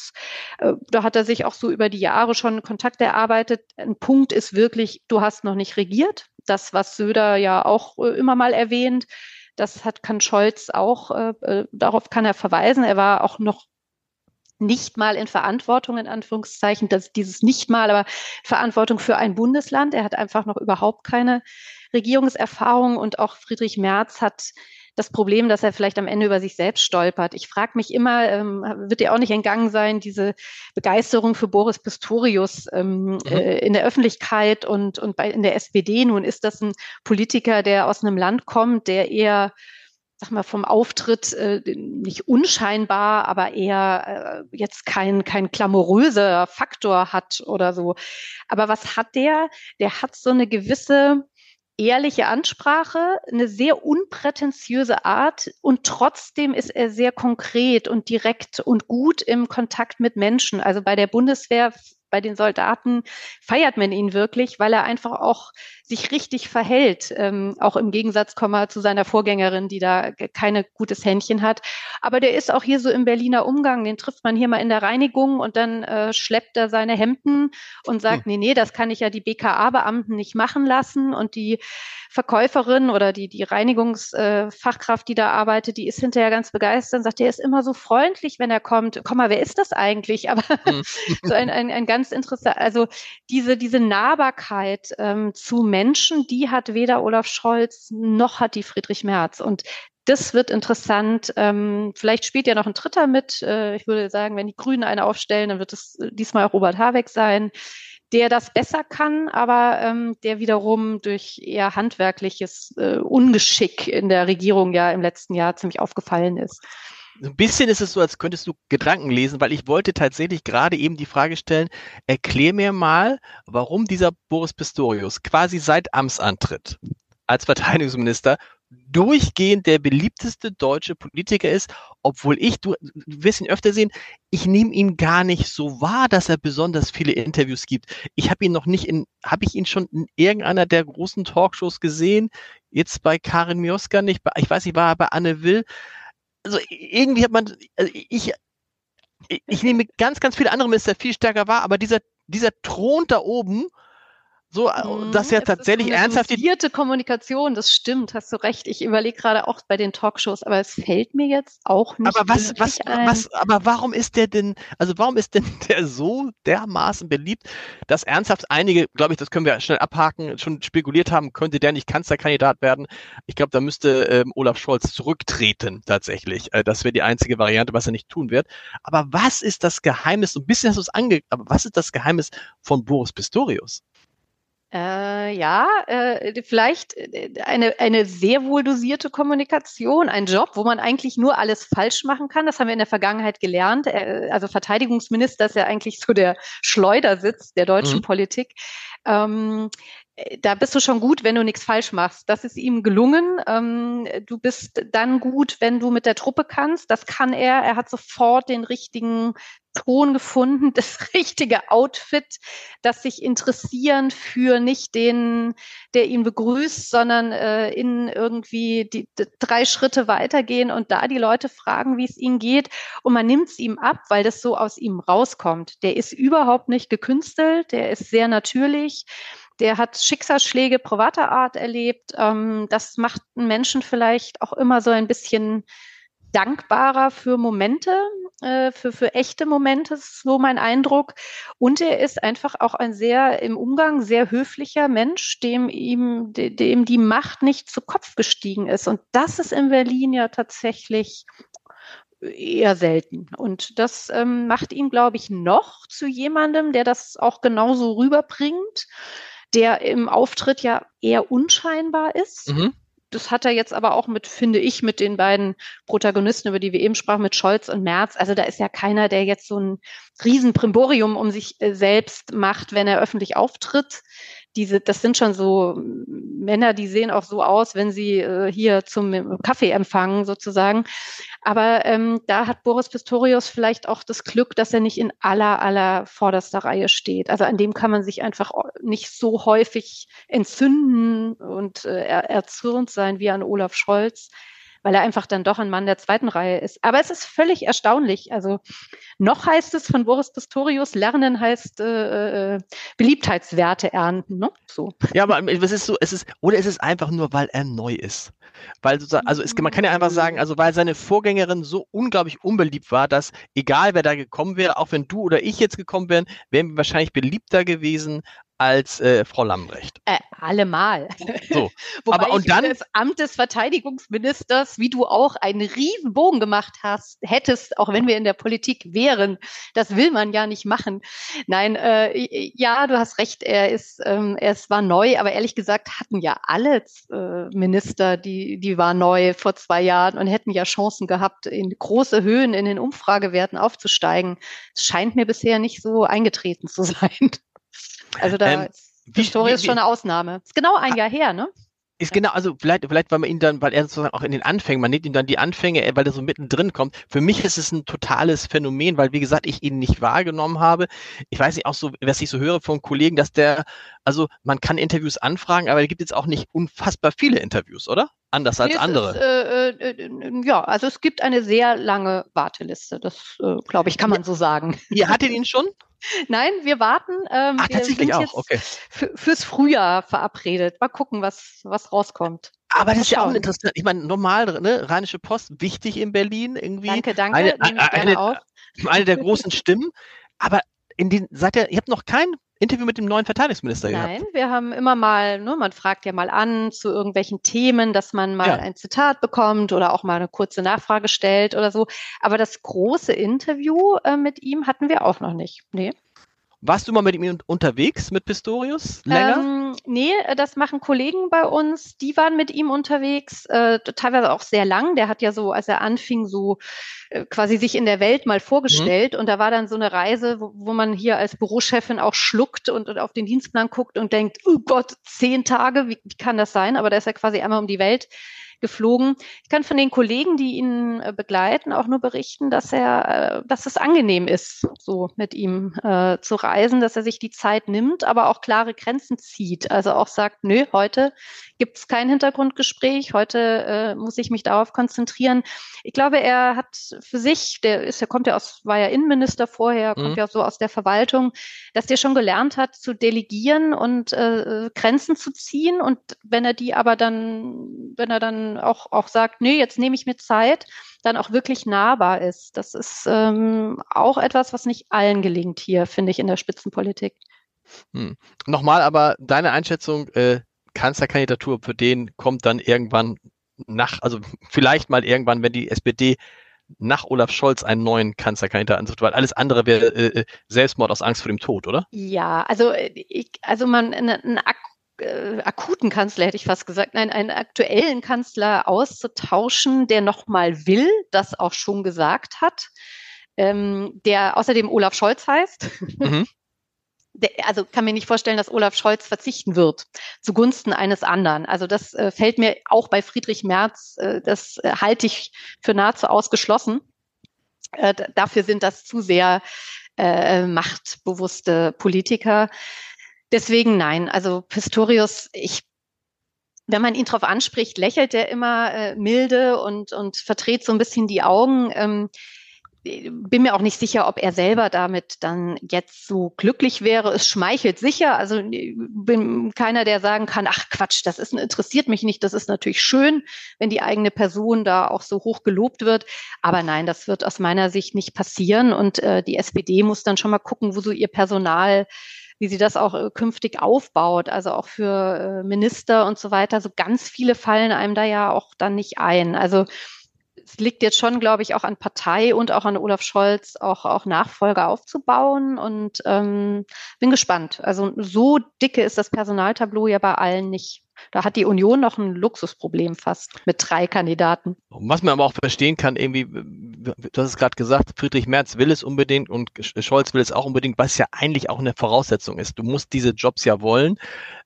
Da hat er sich auch so über die Jahre schon Kontakt erarbeitet. Ein Punkt ist wirklich, du hast noch nicht regiert. Das, was Söder ja auch immer mal erwähnt, kann Scholz auch, darauf kann er verweisen. Er war auch noch nicht mal in Verantwortung, in Anführungszeichen, dieses nicht mal, aber Verantwortung für ein Bundesland. Er hat einfach noch überhaupt keine Regierungserfahrung und auch Friedrich Merz hat das Problem, dass er vielleicht am Ende über sich selbst stolpert. Ich frage mich immer, wird dir auch nicht entgangen sein, diese Begeisterung für Boris Pistorius in der Öffentlichkeit und in der SPD. Nun ist das ein Politiker, der aus einem Land kommt, der eher, sag mal, vom Auftritt nicht unscheinbar, aber eher jetzt kein glamouröser Faktor hat oder so. Aber was hat der? Der hat so eine gewisse ehrliche Ansprache, eine sehr unprätentiöse Art und trotzdem ist er sehr konkret und direkt und gut im Kontakt mit Menschen. Also bei der Bundeswehr, bei den Soldaten feiert man ihn wirklich, weil er einfach auch sich richtig verhält, auch im Gegensatz zu seiner Vorgängerin, die da keine gutes Händchen hat. Aber der ist auch hier so im Berliner Umgang, den trifft man hier mal in der Reinigung und dann schleppt er seine Hemden und sagt, nee, das kann ich ja die BKA-Beamten nicht machen lassen. Und die Verkäuferin oder die Reinigungsfachkraft, die da arbeitet, die ist hinterher ganz begeistert und sagt, der ist immer so freundlich, wenn er kommt. Komm mal, wer ist das eigentlich? Aber so ein ganz interessant, also diese Nahbarkeit zu Menschen, die hat weder Olaf Scholz noch hat die Friedrich Merz. Und das wird interessant. Vielleicht spielt ja noch ein Dritter mit. Ich würde sagen, wenn die Grünen eine aufstellen, dann wird es diesmal Robert Habeck sein, der das besser kann, aber der wiederum durch eher handwerkliches Ungeschick in der Regierung ja im letzten Jahr ziemlich aufgefallen ist. So ein bisschen ist es so, als könntest du Gedanken lesen, weil ich wollte tatsächlich gerade eben die Frage stellen, erklär mir mal, warum dieser Boris Pistorius quasi seit Amtsantritt als Verteidigungsminister durchgehend der beliebteste deutsche Politiker ist, obwohl du wirst ihn öfter sehen, ich nehme ihn gar nicht so wahr, dass er besonders viele Interviews gibt. Ich habe ihn habe ich ihn schon in irgendeiner der großen Talkshows gesehen, jetzt bei Karin Mioska nicht, ich weiß nicht, war er bei Anne Will. Also irgendwie hat man, ich nehme ganz, ganz viele andere Minister viel stärker wahr, aber dieser Thron da oben, so, dass er tatsächlich ernsthaft die Kommunikation, das stimmt, hast du recht. Ich überlege gerade auch bei den Talkshows, aber es fällt mir jetzt auch nicht aber warum ist der denn der so dermaßen beliebt, dass ernsthaft einige, glaube ich, das können wir schnell abhaken, schon spekuliert haben, könnte der nicht Kanzlerkandidat werden? Ich glaube, da müsste Olaf Scholz zurücktreten, tatsächlich. Das wäre die einzige Variante, was er nicht tun wird. Aber was ist das Geheimnis, so ein bisschen hast du es aber was ist das Geheimnis von Boris Pistorius? Vielleicht eine sehr wohl dosierte Kommunikation, ein Job, wo man eigentlich nur alles falsch machen kann. Das haben wir in der Vergangenheit gelernt. Also Verteidigungsminister ist ja eigentlich so der Schleudersitz der deutschen Politik. Da bist du schon gut, wenn du nichts falsch machst. Das ist ihm gelungen. Du bist dann gut, wenn du mit der Truppe kannst. Das kann er. Er hat sofort den richtigen Ton gefunden, das richtige Outfit, das sich interessieren für nicht den, der ihn begrüßt, sondern in irgendwie die 3 Schritte weitergehen und da die Leute fragen, wie es ihnen geht. Und man nimmt es ihm ab, weil das so aus ihm rauskommt. Der ist überhaupt nicht gekünstelt, der ist sehr natürlich. Der hat Schicksalsschläge privater Art erlebt. Das macht einen Menschen vielleicht auch immer so ein bisschen dankbarer für Momente, für echte Momente, ist so mein Eindruck. Und er ist einfach auch ein im Umgang sehr höflicher Mensch, dem die Macht nicht zu Kopf gestiegen ist. Und das ist in Berlin ja tatsächlich eher selten. Und das macht ihn, glaube ich, noch zu jemandem, der das auch genauso rüberbringt, der im Auftritt ja eher unscheinbar ist. Das hat er jetzt aber auch finde ich, mit den beiden Protagonisten, über die wir eben sprachen, mit Scholz und Merz. Also da ist ja keiner, der jetzt so ein Riesenprimborium um sich selbst macht, wenn er öffentlich auftritt. Das sind schon so Männer, die sehen auch so aus, wenn sie hier zum Kaffee empfangen sozusagen. Aber da hat Boris Pistorius vielleicht auch das Glück, dass er nicht in aller vorderster Reihe steht. Also an dem kann man sich einfach nicht so häufig entzünden und erzürnt sein wie an Olaf Scholz, weil er einfach dann doch ein Mann der zweiten Reihe ist. Aber es ist völlig erstaunlich. Also noch heißt es von Boris Pistorius, lernen heißt Beliebtheitswerte ernten. Ne? So. Ja, aber es ist einfach nur, weil er neu ist. Weil man kann ja einfach sagen, also weil seine Vorgängerin so unglaublich unbeliebt war, dass egal wer da gekommen wäre, auch wenn du oder ich jetzt gekommen wären, wären wir wahrscheinlich beliebter gewesen als Frau Lambrecht. Allemal. So. Wobei Aber und ich dann des Amt des Verteidigungsministers, wie du auch, einen riesen Bogen gemacht hättest, auch wenn wir in der Politik wären. Das will man ja nicht machen. Nein, ja, du hast recht, war neu, aber ehrlich gesagt hatten ja alle Minister, die waren neu vor 2 Jahren und hätten ja Chancen gehabt, in große Höhen in den Umfragewerten aufzusteigen. Es scheint mir bisher nicht so eingetreten zu sein. Also da Pistorius ist schon eine Ausnahme. Ist genau ein Jahr her, ne? Ist genau, also vielleicht, weil man ihn dann, weil er sozusagen auch in den Anfängen, man nennt ihn dann die Anfänge, weil er so mittendrin kommt. Für mich ist es ein totales Phänomen, weil, wie gesagt, ich ihn nicht wahrgenommen habe. Ich weiß nicht, auch so, was ich so höre von Kollegen, also man kann Interviews anfragen, aber es gibt jetzt auch nicht unfassbar viele Interviews, oder? Anders als andere. Ja, also es gibt eine sehr lange Warteliste. Das, glaube ich, kann man so sagen. Ihr hattet ihn schon? Nein, wir warten. Ach, wir tatsächlich sind auch, jetzt okay. Fürs Frühjahr verabredet. Mal gucken, was rauskommt. Aber das ist ja auch schauen. interessant. Ich meine, normal, ne, Rheinische Post, wichtig in Berlin irgendwie. Danke, nehme ich gerne auf. Eine der großen Stimmen. Aber ihr habt noch kein Interview mit dem neuen Verteidigungsminister gehabt? Nein, wir haben immer mal, man fragt ja mal an zu irgendwelchen Themen, dass man mal ein Zitat bekommt oder auch mal eine kurze Nachfrage stellt oder so. Aber das große Interview mit ihm hatten wir auch noch nicht. Nee. Warst du mal mit ihm unterwegs, mit Pistorius, länger? Nee, das machen Kollegen bei uns. Die waren mit ihm unterwegs, teilweise auch sehr lang. Der hat ja so, als er anfing, so quasi sich in der Welt mal vorgestellt. Und da war dann so eine Reise, wo man hier als Bürochefin auch schluckt und auf den Dienstplan guckt und denkt, oh Gott, 10 Tage, wie kann das sein? Aber da ist er quasi einmal um die Welt geflogen. Ich kann von den Kollegen, die ihn begleiten, auch nur berichten, dass es angenehm ist, so mit ihm zu reisen, dass er sich die Zeit nimmt, aber auch klare Grenzen zieht. Also auch sagt, nö, heute gibt es kein Hintergrundgespräch, heute muss ich mich darauf konzentrieren. Ich glaube, er hat für sich, war ja Innenminister vorher, kommt ja so aus der Verwaltung, dass der schon gelernt hat zu delegieren und Grenzen zu ziehen. Und wenn er dann auch sagt, nee, jetzt nehme ich mir Zeit, dann auch wirklich nahbar ist. Das ist auch etwas, was nicht allen gelingt hier, finde ich, in der Spitzenpolitik. Nochmal, aber deine Einschätzung, Kanzlerkandidatur für den kommt dann irgendwann also vielleicht mal irgendwann, wenn die SPD nach Olaf Scholz einen neuen Kanzlerkandidaten sucht, weil alles andere wäre Selbstmord aus Angst vor dem Tod, oder? Ja, einen akuten Kanzler, hätte ich fast gesagt, nein, einen aktuellen Kanzler auszutauschen, der nochmal will, das auch schon gesagt hat, der außerdem Olaf Scholz heißt. Also kann mir nicht vorstellen, dass Olaf Scholz verzichten wird zugunsten eines anderen. Also das fällt mir auch bei Friedrich Merz, das halte ich für nahezu ausgeschlossen. Dafür sind das zu sehr machtbewusste Politiker. Deswegen nein, also Pistorius, wenn man ihn drauf anspricht, lächelt er immer milde und verdreht so ein bisschen die Augen. Bin mir auch nicht sicher, ob er selber damit dann jetzt so glücklich wäre. Es schmeichelt sicher. Also bin keiner, der sagen kann, ach Quatsch, interessiert mich nicht. Das ist natürlich schön, wenn die eigene Person da auch so hoch gelobt wird. Aber nein, das wird aus meiner Sicht nicht passieren. Und die SPD muss dann schon mal gucken, wo so ihr Personal, wie sie das auch künftig aufbaut, also auch für Minister und so weiter. So ganz viele fallen einem da ja auch dann nicht ein. Also es liegt jetzt schon, glaube ich, auch an Partei und auch an Olaf Scholz, auch Nachfolger aufzubauen und bin gespannt. Also so dicke ist das Personaltableau ja bei allen nicht. Da hat die Union noch ein Luxusproblem fast mit 3 Kandidaten. Was man aber auch verstehen kann, irgendwie, du hast es gerade gesagt, Friedrich Merz will es unbedingt und Scholz will es auch unbedingt, was ja eigentlich auch eine Voraussetzung ist. Du musst diese Jobs ja wollen.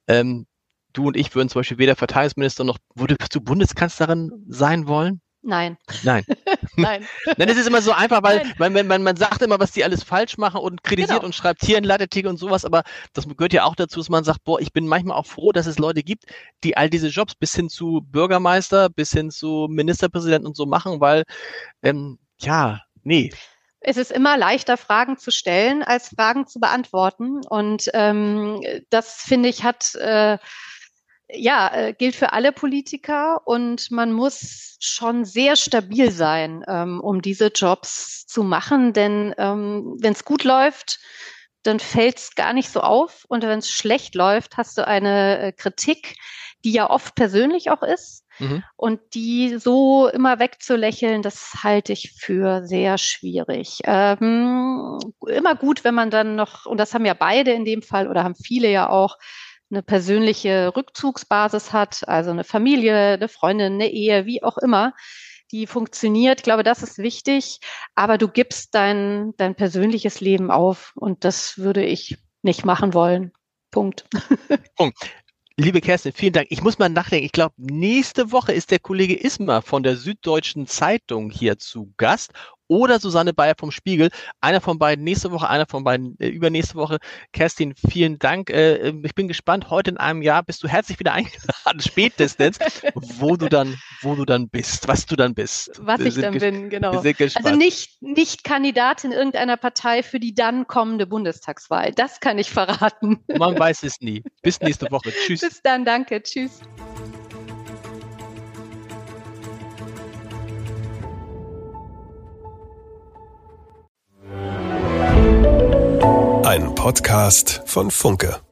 Du und ich würden zum Beispiel weder Verteidigungsminister noch, würdest du Bundeskanzlerin sein wollen? Nein. Nein. Nein. Nein, das ist immer so einfach, weil man sagt immer, was die alles falsch machen und kritisiert und schreibt hier einen Latteartikel und sowas, aber das gehört ja auch dazu, dass man sagt, boah, ich bin manchmal auch froh, dass es Leute gibt, die all diese Jobs bis hin zu Bürgermeister, bis hin zu Ministerpräsidenten und so machen, weil, nee. Es ist immer leichter, Fragen zu stellen, als Fragen zu beantworten. Und das, finde ich, gilt für alle Politiker und man muss schon sehr stabil sein, um diese Jobs zu machen, denn wenn es gut läuft, dann fällt es gar nicht so auf. Und wenn es schlecht läuft, hast du eine Kritik, die ja oft persönlich auch ist. Und die so immer wegzulächeln, das halte ich für sehr schwierig. Immer gut, wenn man dann noch, und das haben ja beide in dem Fall oder haben viele ja auch, eine persönliche Rückzugsbasis hat, also eine Familie, eine Freundin, eine Ehe, wie auch immer, die funktioniert. Ich glaube, das ist wichtig, aber du gibst dein persönliches Leben auf und das würde ich nicht machen wollen. Punkt. Punkt. Liebe Kerstin, vielen Dank. Ich muss mal nachdenken. Ich glaube, nächste Woche ist der Kollege Ismar von der Süddeutschen Zeitung hier zu Gast oder Susanne Bayer vom Spiegel. Einer von beiden nächste Woche, einer von beiden übernächste Woche. Kerstin, vielen Dank. Ich bin gespannt. Heute in einem Jahr bist du herzlich wieder eingeladen, spätestens, wo du dann bist, was du dann bist. Was ich dann bin, genau. Wir sind gespannt. Also nicht Kandidatin irgendeiner Partei für die dann kommende Bundestagswahl. Das kann ich verraten. Man weiß es nie. Bis nächste Woche. Tschüss. Bis dann, danke. Tschüss. Ein Podcast von Funke.